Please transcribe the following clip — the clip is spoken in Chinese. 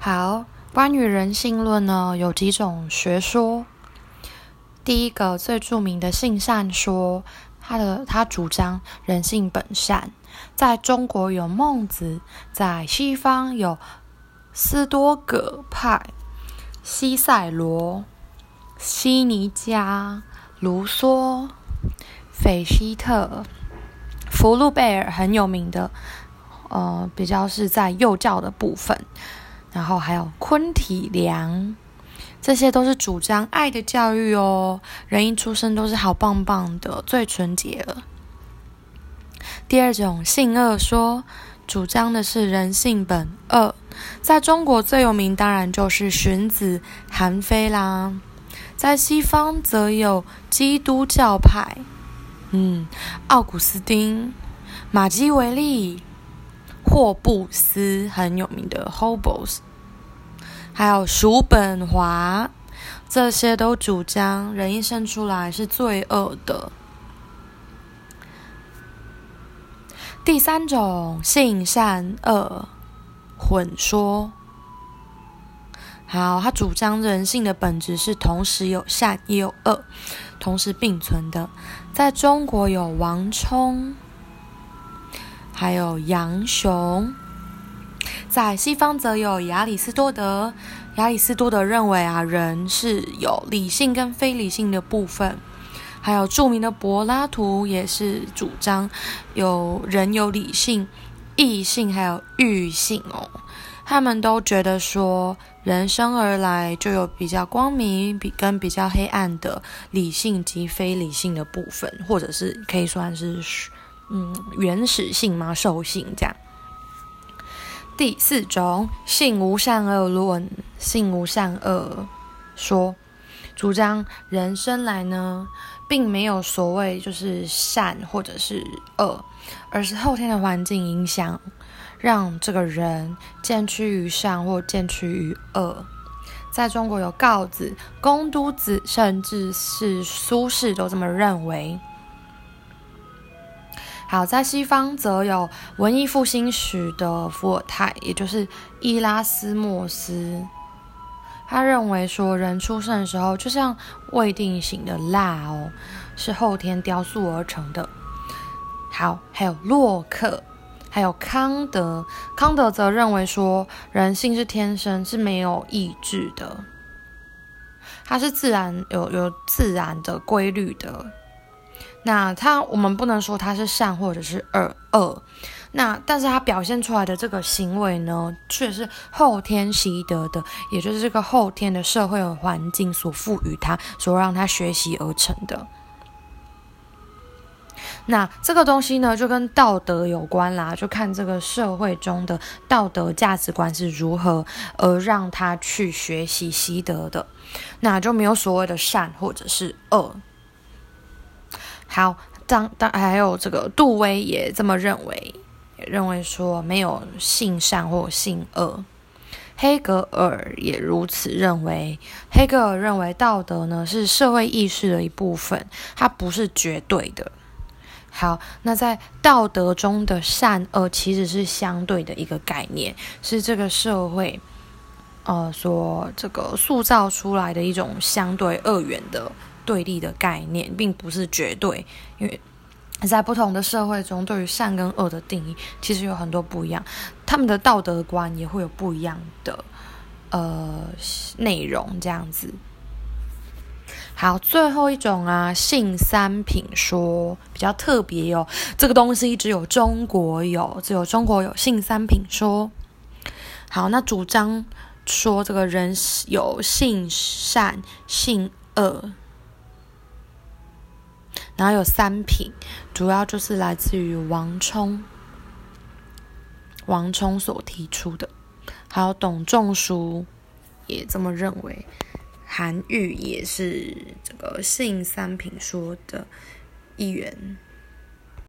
好，关于人性论呢，有几种学说。第一个最著名的性善说，他主张人性本善。在中国有孟子，在西方有斯多葛派、西塞罗、西尼加、卢梭、斐希特、福禄贝尔很有名的，比较是在幼教的部分。然后还有昆体良，这些都是主张爱的教育哦。人一出生都是好棒棒的，最纯洁了。第二种性恶说，主张的是人性本恶。在中国最有名当然就是荀子、韩非啦。在西方则有基督教派，奥古斯丁、马基维利、霍布斯很有名的 Hobbes， 还有叔本华，这些都主张人一生出来是罪恶的。第三种性善恶混说，好，他主张人性的本质是同时有善也有恶，同时并存的。在中国有王充，还有杨雄，在西方则有亚里士多德。亚里士多德认为人是有理性跟非理性的部分。还有著名的柏拉图也是主张人有理性、异性还有欲性哦。他们都觉得说，人生而来就有比较光明跟比较黑暗的理性及非理性的部分，或者是可以算是原始性嘛，兽性这样。第四种性无善恶论，性无善恶说，主张人生来呢，并没有所谓就是善或者是恶，而是后天的环境影响，让这个人渐趋于善或渐趋于恶。在中国有告子、公都子，甚至是苏轼都这么认为。好，在西方则有文艺复兴时的伏尔泰，也就是伊拉斯莫斯。他认为说，人出生的时候就像未定型的蜡哦，是后天雕塑而成的。好，还有洛克，还有康德。康德则认为说，人性是天生，是没有意志的，它是自然有自然的规律的。那我们不能说它是善或者是恶，但是它表现出来的这个行为呢，却是后天习得的，也就是这个后天的社会环境所赋予它，所让它学习而成的。那这个东西呢，就跟道德有关啦，就看这个社会中的道德价值观是如何而让他去学习习得的，那就没有所谓的善或者是恶。好，还有这个杜威也这么认为，也认为说没有性善或性恶。黑格尔也如此认为。黑格尔认为道德呢是社会意识的一部分，它不是绝对的。好，那在道德中的善恶其实是相对的一个概念，是这个社会所这个塑造出来的一种相对二元的对立的概念，并不是绝对。因为在不同的社会中，对于善跟恶的定义其实有很多不一样，他们的道德观也会有不一样的内容这样子。好，最后一种性三品说比较特别哦，这个东西只有中国有性三品说。好，那主张说这个人有性善、性恶，然后有三品，主要就是来自于王充所提出的，还有董仲舒也这么认为。韩愈也是这个性三品说的一员。